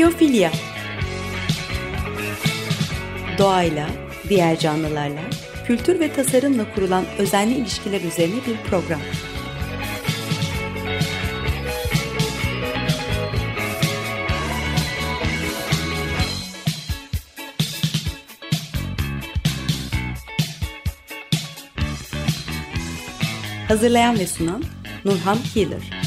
Biyofilya. Doğayla, diğer canlılarla, kültür ve tasarımla kurulan özenli ilişkiler üzerine bir program. Hazırlayan ve sunan Nurhan Healer.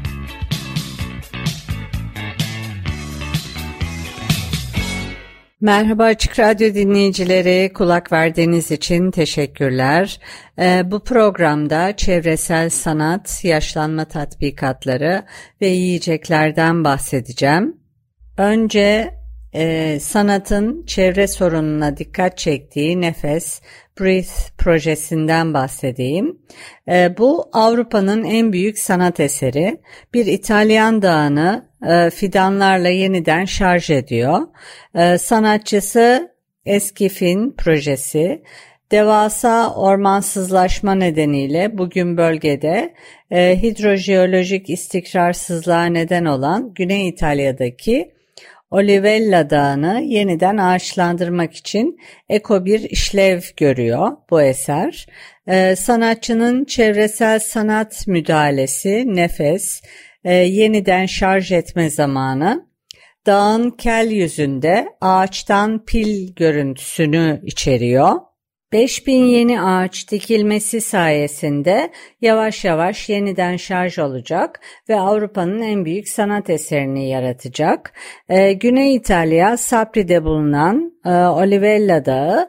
Merhaba Açık Radyo dinleyicileri, kulak verdiğiniz için teşekkürler. Bu programda çevresel sanat, yaşlanma tatbikatları ve yiyeceklerden bahsedeceğim. Önce sanatın çevre sorununa dikkat çektiği Nefes, Breathe projesinden bahsedeyim. Bu Avrupa'nın en büyük sanat eseri. Bir İtalyan dağını fidanlarla yeniden şarj ediyor. Sanatçısı Eskif'in projesi. Devasa ormansızlaşma nedeniyle bugün bölgede hidrojeolojik istikrarsızlığa neden olan Güney İtalya'daki Olivella Dağı'nı yeniden ağaçlandırmak için eko bir işlev görüyor bu eser. Sanatçının çevresel sanat müdahalesi Nefes, yeniden şarj etme zamanı, dağın kel yüzünde ağaçtan pil görüntüsünü içeriyor. 5000 yeni ağaç dikilmesi sayesinde yavaş yavaş yeniden şarj olacak ve Avrupa'nın en büyük sanat eserini yaratacak. Güney İtalya, Sapri'de bulunan Olivella Dağı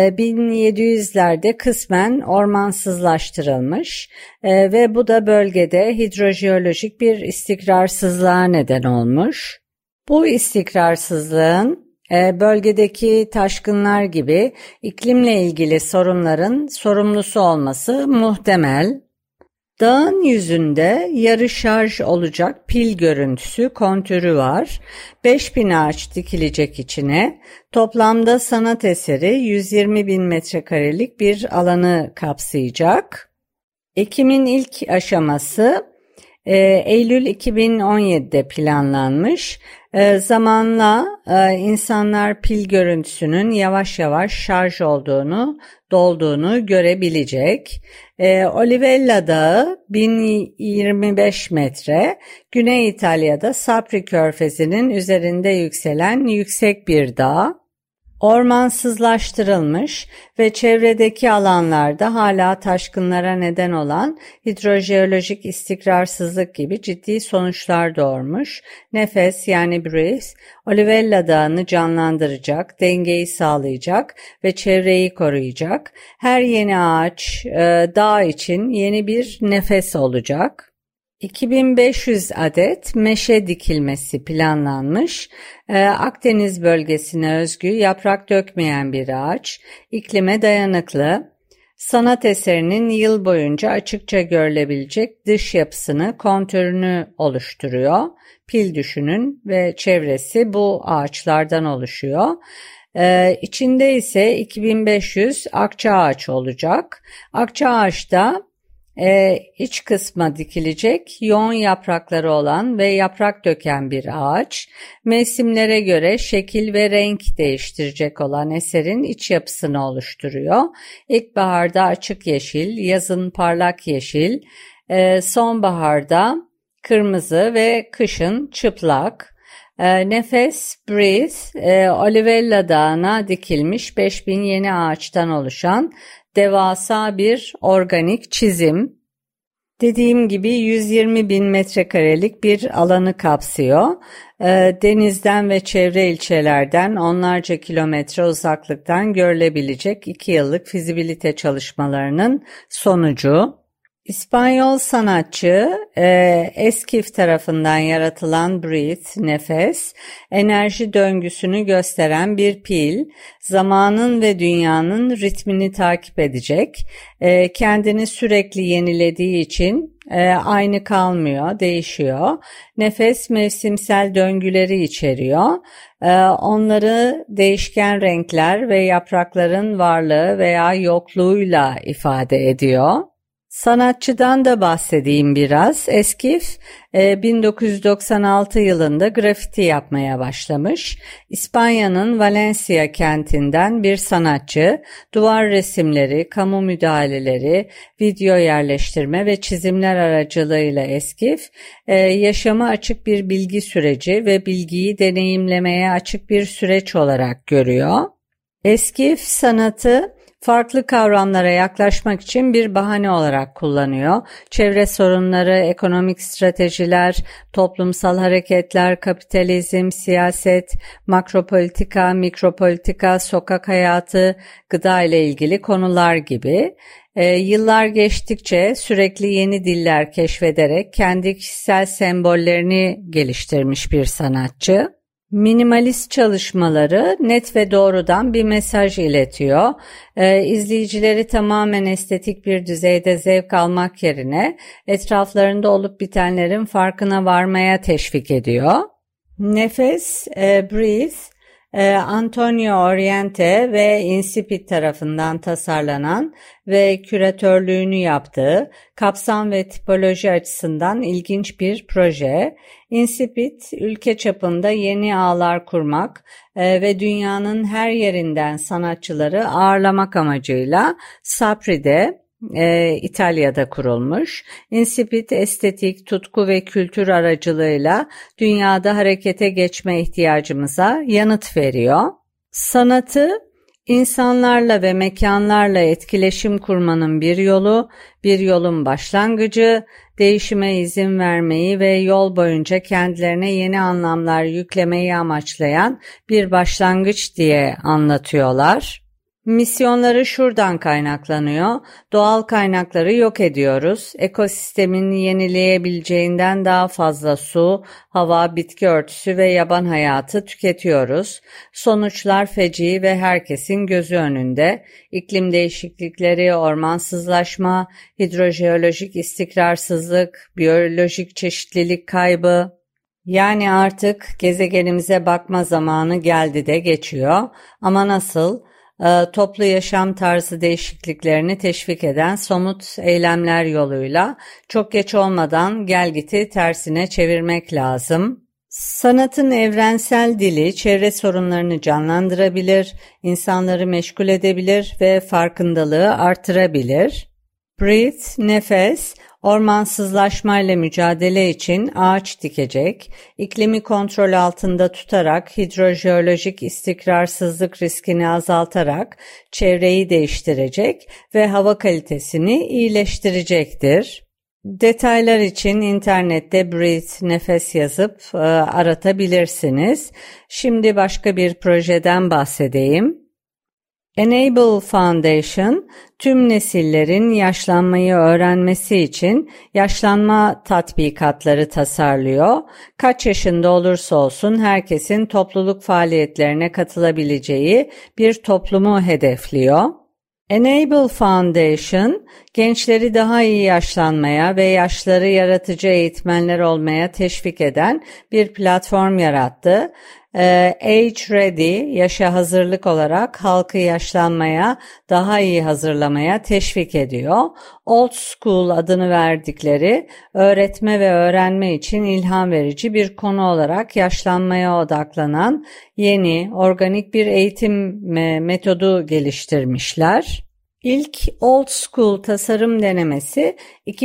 1700'lerde kısmen ormansızlaştırılmış ve bu da bölgede hidrojeolojik bir istikrarsızlığa neden olmuş. Bu istikrarsızlığın bölgedeki taşkınlar gibi iklimle ilgili sorunların sorumlusu olması muhtemel. Dağın yüzünde yarı şarj olacak pil görüntüsü kontürü var. 5000 ağaç dikilecek içine. Toplamda sanat eseri 120.000 metrekarelik bir alanı kapsayacak. Ekimin ilk aşaması Eylül 2017'de planlanmış. Zamanla insanlar pil görüntüsünün yavaş yavaş şarj dolduğunu görebilecek. Olivella Dağı 1025 metre, Güney İtalya'da Sapri Körfezi'nin üzerinde yükselen yüksek bir dağ. Ormansızlaştırılmış ve çevredeki alanlarda hala taşkınlara neden olan hidrojeolojik istikrarsızlık gibi ciddi sonuçlar doğurmuş. Nefes yani Breathe, Olivella Dağı'nı canlandıracak, dengeyi sağlayacak ve çevreyi koruyacak. Her yeni ağaç dağ için yeni bir nefes olacak. 2500 adet meşe dikilmesi planlanmış. Akdeniz bölgesine özgü yaprak dökmeyen bir ağaç, iklime dayanıklı. Sanat eserinin yıl boyunca açıkça görülebilecek dış yapısını, kontürünü oluşturuyor. Pil düşünün ve çevresi bu ağaçlardan oluşuyor. İçinde ise 2500 akça ağaç olacak. Akça ağaçta iç kısma dikilecek, yoğun yaprakları olan ve yaprak döken bir ağaç. Mevsimlere göre şekil ve renk değiştirecek olan eserin iç yapısını oluşturuyor. İlkbaharda açık yeşil, yazın parlak yeşil, sonbaharda kırmızı ve kışın çıplak. Nefes, Breathe, Olivella Dağı'na dikilmiş 5000 yeni ağaçtan oluşan devasa bir organik çizim. Dediğim gibi 120.000 metrekarelik bir alanı kapsıyor. Denizden ve çevre ilçelerden onlarca kilometre uzaklıktan görülebilecek 2 yıllık fizibilite çalışmalarının sonucu. İspanyol sanatçı Eskif tarafından yaratılan Breathe, Nefes, enerji döngüsünü gösteren bir pil, zamanın ve dünyanın ritmini takip edecek, kendini sürekli yenilediği için aynı kalmıyor, değişiyor. Nefes mevsimsel döngüleri içeriyor. Onları değişken renkler ve yaprakların varlığı veya yokluğuyla ifade ediyor. Sanatçıdan da bahsedeyim biraz. Eskif 1996 yılında grafiti yapmaya başlamış. İspanya'nın Valencia kentinden bir sanatçı, duvar resimleri, kamu müdahaleleri, video yerleştirme ve çizimler aracılığıyla Eskif, yaşama açık bir bilgi süreci ve bilgiyi deneyimlemeye açık bir süreç olarak görüyor. Eskif sanatı farklı kavramlara yaklaşmak için bir bahane olarak kullanıyor. Çevre sorunları, ekonomik stratejiler, toplumsal hareketler, kapitalizm, siyaset, makropolitika, mikropolitika, sokak hayatı, gıda ile ilgili konular gibi. Yıllar geçtikçe sürekli yeni diller keşfederek kendi kişisel sembollerini geliştirmiş bir sanatçı. Minimalist çalışmaları net ve doğrudan bir mesaj iletiyor. İzleyicileri tamamen estetik bir düzeyde zevk almak yerine etraflarında olup bitenlerin farkına varmaya teşvik ediyor. Nefes, Breathe, Antonio Oriente ve Incipit tarafından tasarlanan ve küratörlüğünü yaptığı kapsam ve tipoloji açısından ilginç bir proje. Incipit, ülke çapında yeni ağlar kurmak ve dünyanın her yerinden sanatçıları ağırlamak amacıyla Sapri'de, İtalya'da kurulmuş. Incipit estetik, tutku ve kültür aracılığıyla dünyada harekete geçme ihtiyacımıza yanıt veriyor. Sanatı insanlarla ve mekanlarla etkileşim kurmanın bir yolu, bir yolun başlangıcı, değişime izin vermeyi ve yol boyunca kendilerine yeni anlamlar yüklemeyi amaçlayan bir başlangıç diye anlatıyorlar. Misyonları şuradan kaynaklanıyor. Doğal kaynakları yok ediyoruz. Ekosistemin yenileyebileceğinden daha fazla su, hava, bitki örtüsü ve yaban hayatı tüketiyoruz. Sonuçlar feci ve herkesin gözü önünde. İklim değişiklikleri, ormansızlaşma, hidrojeolojik istikrarsızlık, biyolojik çeşitlilik kaybı. Yani artık gezegenimize bakma zamanı geldi de geçiyor. Ama nasıl? Toplu yaşam tarzı değişikliklerini teşvik eden somut eylemler yoluyla çok geç olmadan gelgiti tersine çevirmek lazım. Sanatın evrensel dili çevre sorunlarını canlandırabilir, insanları meşgul edebilir ve farkındalığı artırabilir. Breathe, nefes, ormansızlaşmayla mücadele için ağaç dikecek, iklimi kontrol altında tutarak hidrojeolojik istikrarsızlık riskini azaltarak çevreyi değiştirecek ve hava kalitesini iyileştirecektir. Detaylar için internette Breathe nefes yazıp aratabilirsiniz. Şimdi başka bir projeden bahsedeyim. Enable Foundation, tüm nesillerin yaşlanmayı öğrenmesi için yaşlanma tatbikatları tasarlıyor. Kaç yaşında olursa olsun herkesin topluluk faaliyetlerine katılabileceği bir toplumu hedefliyor. Enable Foundation, gençleri daha iyi yaşlanmaya ve yaşları yaratıcı eğitmenler olmaya teşvik eden bir platform yarattı. Age Ready, yaşa hazırlık olarak halkı yaşlanmaya, daha iyi hazırlamaya teşvik ediyor. Old School adını verdikleri öğretme ve öğrenme için ilham verici bir konu olarak yaşlanmaya odaklanan yeni, organik bir eğitim metodu geliştirmişler. İlk Old School tasarım denemesi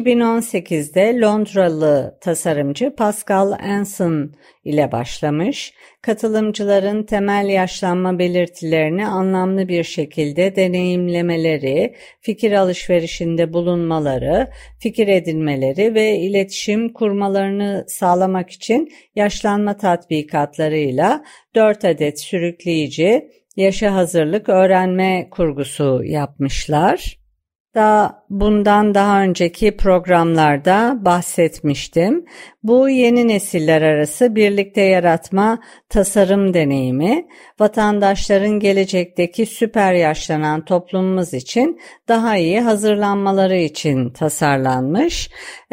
2018'de Londralı tasarımcı Pascal Anson ile başlamış. Katılımcıların temel yaşlanma belirtilerini anlamlı bir şekilde deneyimlemeleri, fikir alışverişinde bulunmaları, fikir edinmeleri ve iletişim kurmalarını sağlamak için yaşlanma tatbikatlarıyla 4 adet sürükleyici yaşa hazırlık öğrenme kurgusu yapmışlar. Bundan daha önceki programlarda bahsetmiştim. Bu yeni nesiller arası birlikte yaratma tasarım deneyimi, vatandaşların gelecekteki süper yaşlanan toplumumuz için daha iyi hazırlanmaları için tasarlanmış.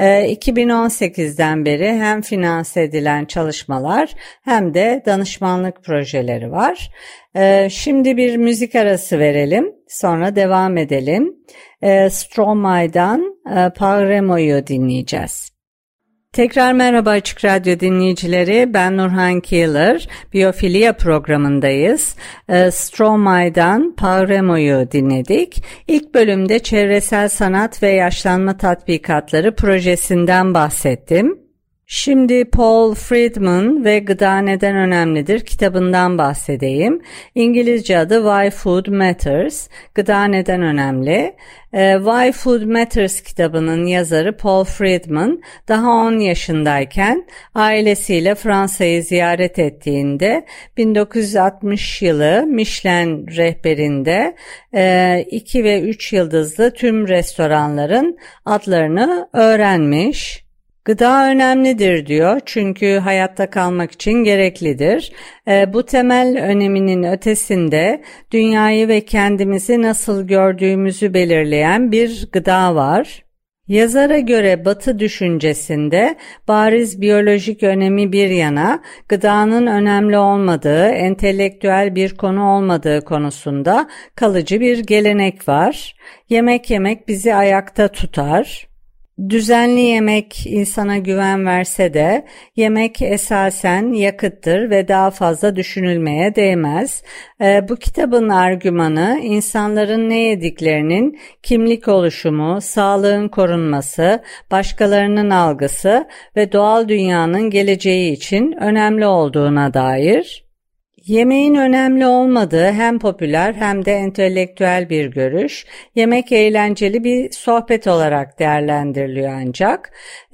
2018'den beri hem finanse edilen çalışmalar hem de danışmanlık projeleri var. Şimdi bir müzik arası verelim, sonra devam edelim. Stromae'dan Pavremo'yu dinleyeceğiz. Tekrar merhaba Açık Radyo dinleyicileri, ben Nurhan Keeler, Biyofilya programındayız. Stromae'dan Pavremo'yu dinledik. İlk bölümde çevresel sanat ve yaşlanma tatbikatları projesinden bahsettim. Şimdi Paul Friedman ve Gıda Neden Önemlidir kitabından bahsedeyim. İngilizce adı Why Food Matters, Gıda Neden Önemli. Why Food Matters kitabının yazarı Paul Friedman daha 10 yaşındayken ailesiyle Fransa'yı ziyaret ettiğinde 1960 yılı Michelin rehberinde 2 ve 3 yıldızlı tüm restoranların adlarını öğrenmiş. Gıda önemlidir diyor çünkü hayatta kalmak için gereklidir. Bu temel öneminin ötesinde dünyayı ve kendimizi nasıl gördüğümüzü belirleyen bir gıda var. Yazara göre Batı düşüncesinde bariz biyolojik önemi bir yana gıdanın önemli olmadığı, entelektüel bir konu olmadığı konusunda kalıcı bir gelenek var. Yemek yemek bizi ayakta tutar. Düzenli yemek insana güven verse de yemek esasen yakıttır ve daha fazla düşünülmeye değmez. Bu kitabın argümanı insanların ne yediklerinin kimlik oluşumu, sağlığın korunması, başkalarının algısı ve doğal dünyanın geleceği için önemli olduğuna dair. Yemeğin önemli olmadığı hem popüler hem de entelektüel bir görüş. Yemek eğlenceli bir sohbet olarak değerlendiriliyor ancak.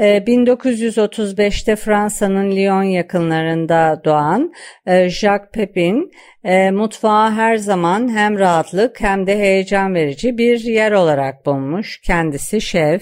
1935'te Fransa'nın Lyon yakınlarında doğan Jacques Pepin, mutfağı her zaman hem rahatlık hem de heyecan verici bir yer olarak bulmuş. Kendisi şef.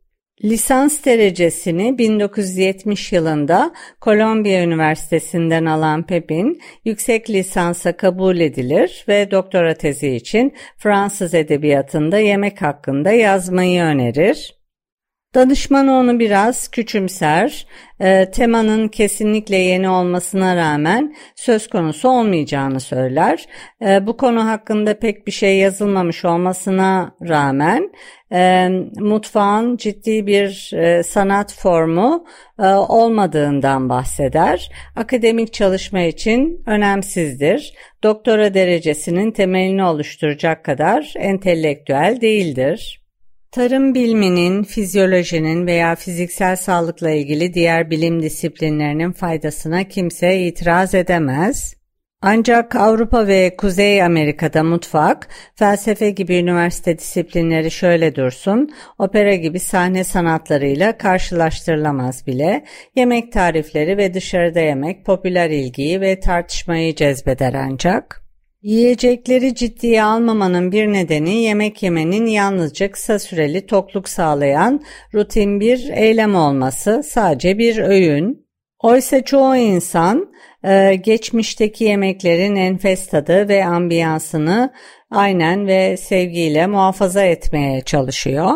Lisans derecesini 1970 yılında Kolombiya Üniversitesi'nden alan Pepin, yüksek lisansa kabul edilir ve doktora tezi için Fransız edebiyatında yemek hakkında yazmayı önerir. Danışmanı onu biraz küçümser, temanın kesinlikle yeni olmasına rağmen söz konusu olmayacağını söyler. Bu konu hakkında pek bir şey yazılmamış olmasına rağmen mutfağın ciddi bir sanat formu olmadığından bahseder. Akademik çalışma için önemsizdir. Doktora derecesinin temelini oluşturacak kadar entelektüel değildir. Tarım biliminin, fizyolojinin veya fiziksel sağlıkla ilgili diğer bilim disiplinlerinin faydasına kimse itiraz edemez. Ancak Avrupa ve Kuzey Amerika'da mutfak, felsefe gibi üniversite disiplinleri şöyle dursun, opera gibi sahne sanatlarıyla karşılaştırılamaz bile. Yemek tarifleri ve dışarıda yemek popüler ilgiyi ve tartışmayı cezbeder ancak. Yiyecekleri ciddiye almamanın bir nedeni yemek yemenin yalnızca kısa süreli tokluk sağlayan rutin bir eylem olması, sadece bir öğün. Oysa çoğu insan geçmişteki yemeklerin enfes tadı ve ambiyansını aynen ve sevgiyle muhafaza etmeye çalışıyor.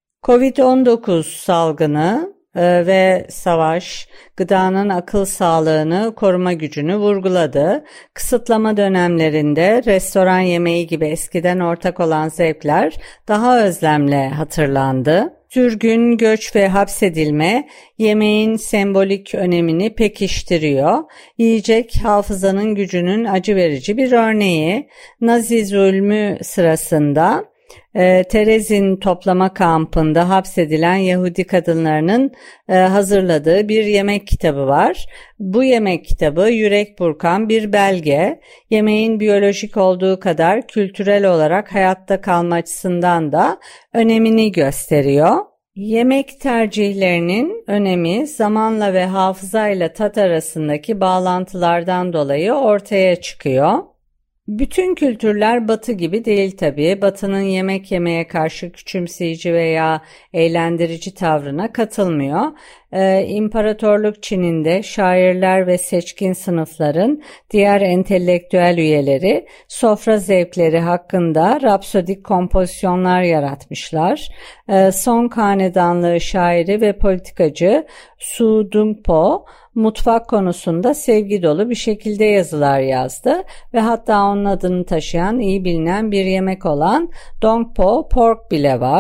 Covid-19 salgını ve savaş, gıdanın akıl sağlığını koruma gücünü vurguladı. Kısıtlama dönemlerinde restoran yemeği gibi eskiden ortak olan zevkler daha özlemle hatırlandı. Sürgün, göç ve hapsedilme yemeğin sembolik önemini pekiştiriyor. Yiyecek hafızanın gücünün acı verici bir örneği. Nazi zulmü sırasında Terezin toplama kampında hapsedilen Yahudi kadınlarının hazırladığı bir yemek kitabı var. Bu yemek kitabı yürek burkan bir belge. Yemeğin biyolojik olduğu kadar kültürel olarak hayatta kalma açısından da önemini gösteriyor. Yemek tercihlerinin önemi zamanla ve hafızayla tat arasındaki bağlantılardan dolayı ortaya çıkıyor. Bütün kültürler Batı gibi değil tabii. Batı'nın yemek yemeye karşı küçümseyici veya eğlendirici tavrına katılmıyor. İmparatorluk Çin'inde şairler ve seçkin sınıfların diğer entelektüel üyeleri sofra zevkleri hakkında rapsodik kompozisyonlar yaratmışlar. Song Hanedanlığı şairi ve politikacı Su Dongpo mutfak konusunda sevgi dolu bir şekilde yazılar yazdı ve hatta onun adını taşıyan iyi bilinen bir yemek olan Dongpo Pork bile var.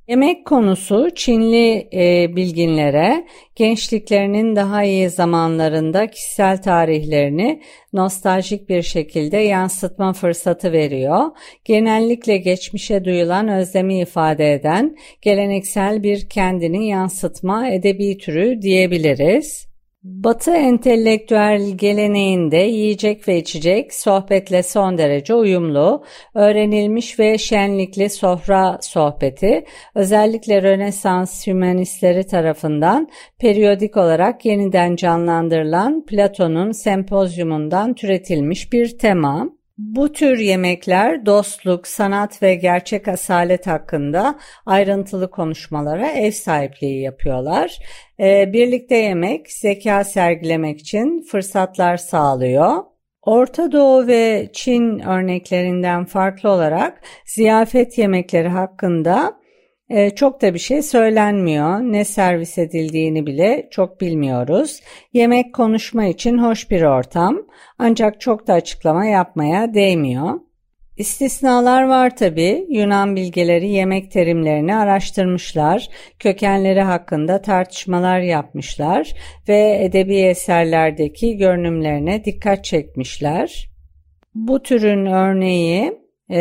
Yemek konusu Çinli bilginlere gençliklerinin daha iyi zamanlarında kişisel tarihlerini nostaljik bir şekilde yansıtma fırsatı veriyor. Genellikle geçmişe duyulan özlemi ifade eden geleneksel bir kendini yansıtma edebi türü diyebiliriz. Batı entelektüel geleneğinde yiyecek ve içecek sohbetle son derece uyumlu, öğrenilmiş ve şenlikli sofra sohbeti özellikle Rönesans hümanistleri tarafından periyodik olarak yeniden canlandırılan Platon'un sempozyumundan türetilmiş bir tema. Bu tür yemekler dostluk, sanat ve gerçek asalet hakkında ayrıntılı konuşmalara ev sahipliği yapıyorlar. Birlikte yemek, zeka sergilemek için fırsatlar sağlıyor. Orta Doğu ve Çin örneklerinden farklı olarak ziyafet yemekleri hakkında çok da bir şey söylenmiyor. Ne servis edildiğini bile çok bilmiyoruz. Yemek konuşma için hoş bir ortam ancak çok da açıklama yapmaya değmiyor. İstisnalar var tabii. Yunan bilgeleri yemek terimlerini araştırmışlar, kökenleri hakkında tartışmalar yapmışlar ve edebi eserlerdeki görünümlerine dikkat çekmişler. Bu türün örneği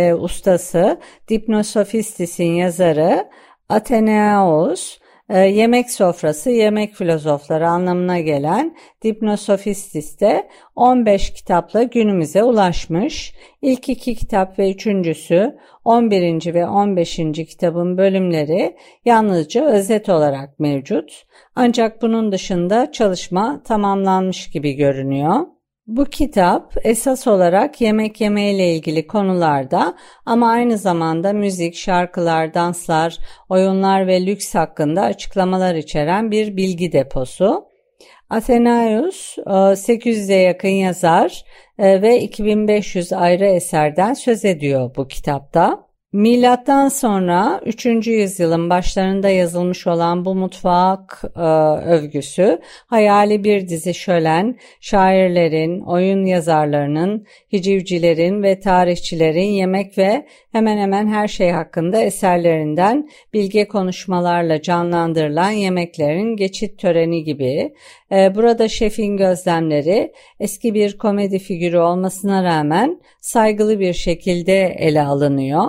ustası Dipnosofistis'in yazarı Athenaeus, yemek sofrası, yemek filozofları anlamına gelen Dipnosofistis'te 15 kitapla günümüze ulaşmış. İlk 2 kitap ve üçüncüsü 11. ve 15. kitabın bölümleri yalnızca özet olarak mevcut. Ancak bunun dışında çalışma tamamlanmış gibi görünüyor. Bu kitap esas olarak yemek yemeyle ilgili konularda ama aynı zamanda müzik, şarkılar, danslar, oyunlar ve lüks hakkında açıklamalar içeren bir bilgi deposu. Athenaeus 800'e yakın yazar ve 2500 ayrı eserden söz ediyor bu kitapta. Milattan sonra 3. yüzyılın başlarında yazılmış olan bu mutfak övgüsü hayali bir dizi şölen, şairlerin, oyun yazarlarının, hicivcilerin ve tarihçilerin yemek ve hemen hemen her şey hakkında eserlerinden bilge konuşmalarla canlandırılan yemeklerin geçit töreni gibi. Burada şefin gözlemleri eski bir komedi figürü olmasına rağmen saygılı bir şekilde ele alınıyor.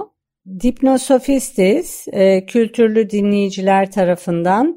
Dipnosofistis, kültürlü dinleyiciler tarafından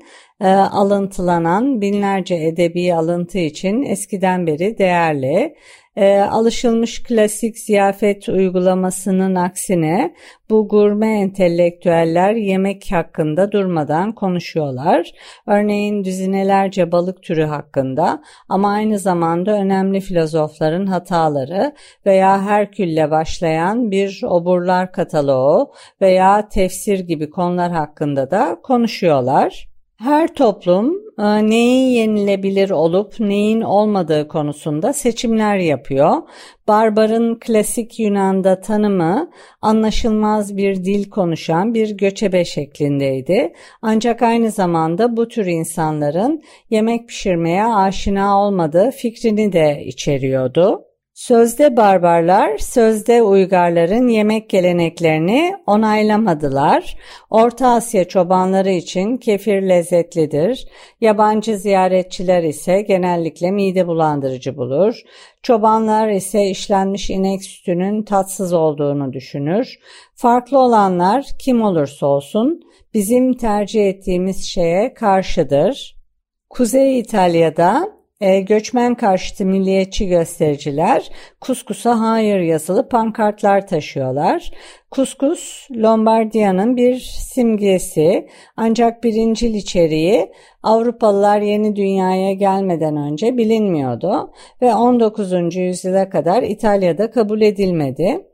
alıntılanan binlerce edebi alıntı için eskiden beri değerli. Alışılmış klasik ziyafet uygulamasının aksine bu gurme entelektüeller yemek hakkında durmadan konuşuyorlar. Örneğin düzinelerce balık türü hakkında ama aynı zamanda önemli filozofların hataları veya Herkül'le başlayan bir oburlar kataloğu veya tefsir gibi konular hakkında da konuşuyorlar. Her toplum neyin yenilebilir olup neyin olmadığı konusunda seçimler yapıyor. Barbarın klasik Yunan'da tanımı anlaşılmaz bir dil konuşan bir göçebe şeklindeydi. Ancak aynı zamanda bu tür insanların yemek pişirmeye aşina olmadığı fikrini de içeriyordu. Sözde barbarlar, sözde uygarların yemek geleneklerini onaylamadılar. Orta Asya çobanları için kefir lezzetlidir. Yabancı ziyaretçiler ise genellikle mide bulandırıcı bulur. Çobanlar ise işlenmiş inek sütünün tatsız olduğunu düşünür. Farklı olanlar kim olursa olsun bizim tercih ettiğimiz şeye karşıdır. Kuzey İtalya'da göçmen karşıtı milliyetçi göstericiler kuskusa hayır yazılı pankartlar taşıyorlar. Kuskus Lombardiya'nın bir simgesi ancak birincil içeriği Avrupalılar yeni dünyaya gelmeden önce bilinmiyordu ve 19. yüzyıla kadar İtalya'da kabul edilmedi.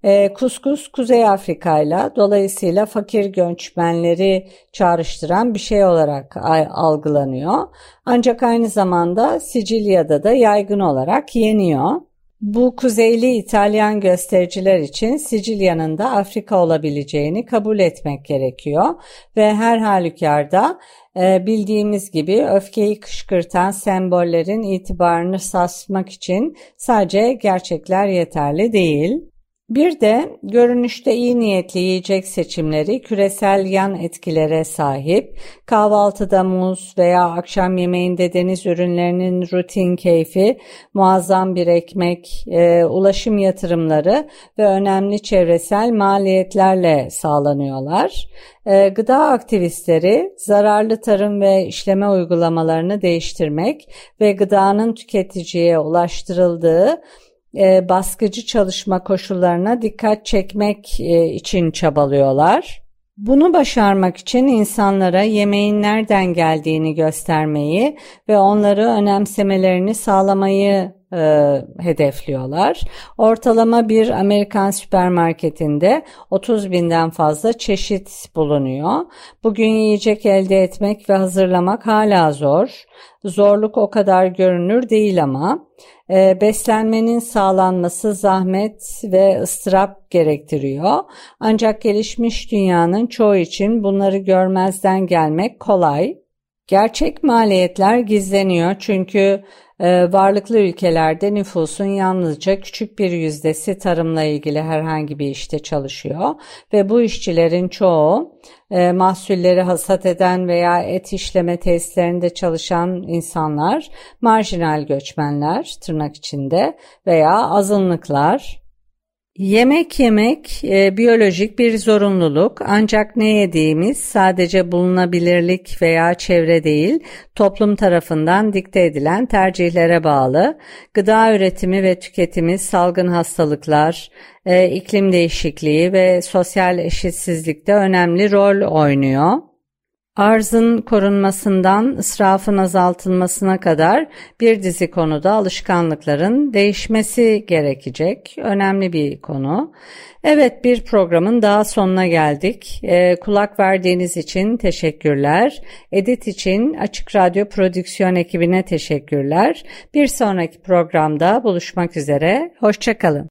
Kuskus Kuzey Afrika'yla dolayısıyla fakir göçmenleri çağrıştıran bir şey olarak algılanıyor. Ancak aynı zamanda Sicilya'da da yaygın olarak yeniyor. Bu kuzeyli İtalyan göstericiler için Sicilya'nın da Afrika olabileceğini kabul etmek gerekiyor ve her halükarda bildiğimiz gibi öfkeyi kışkırtan sembollerin itibarını sarsmak için sadece gerçekler yeterli değil. Bir de görünüşte iyi niyetli yiyecek seçimleri küresel yan etkilere sahip. Kahvaltıda muz veya akşam yemeğinde deniz ürünlerinin rutin keyfi, muazzam bir ekmek, ulaşım yatırımları ve önemli çevresel maliyetlerle sağlanıyorlar. Gıda aktivistleri zararlı tarım ve işleme uygulamalarını değiştirmek ve gıdanın tüketiciye ulaştırıldığı baskıcı çalışma koşullarına dikkat çekmek için çabalıyorlar. Bunu başarmak için insanlara yemeğin nereden geldiğini göstermeyi ve onları önemsemelerini sağlamayı hedefliyorlar. Ortalama bir Amerikan süpermarketinde 30.000'den fazla çeşit bulunuyor. Bugün yiyecek elde etmek ve hazırlamak hala zor. Zorluk o kadar görünür değil ama beslenmenin sağlanması zahmet ve ıstırap gerektiriyor. Ancak gelişmiş dünyanın çoğu için bunları görmezden gelmek kolay. Gerçek maliyetler gizleniyor çünkü varlıklı ülkelerde nüfusun yalnızca küçük bir yüzdesi tarımla ilgili herhangi bir işte çalışıyor ve bu işçilerin çoğu mahsulleri hasat eden veya et işleme tesislerinde çalışan insanlar, marjinal göçmenler tırnak içinde veya azınlıklar. Yemek yemek biyolojik bir zorunluluk ancak ne yediğimiz sadece bulunabilirlik veya çevre değil, toplum tarafından dikte edilen tercihlere bağlı. Gıda üretimi ve tüketimi salgın hastalıklar, iklim değişikliği ve sosyal eşitsizlikte önemli rol oynuyor. Arzın korunmasından israfın azaltılmasına kadar bir dizi konuda alışkanlıkların değişmesi gerekecek. Önemli bir konu. Evet, bir programın daha sonuna geldik. Kulak verdiğiniz için teşekkürler. Edit için Açık Radyo Prodüksiyon ekibine teşekkürler. Bir sonraki programda buluşmak üzere. Hoşça kalın.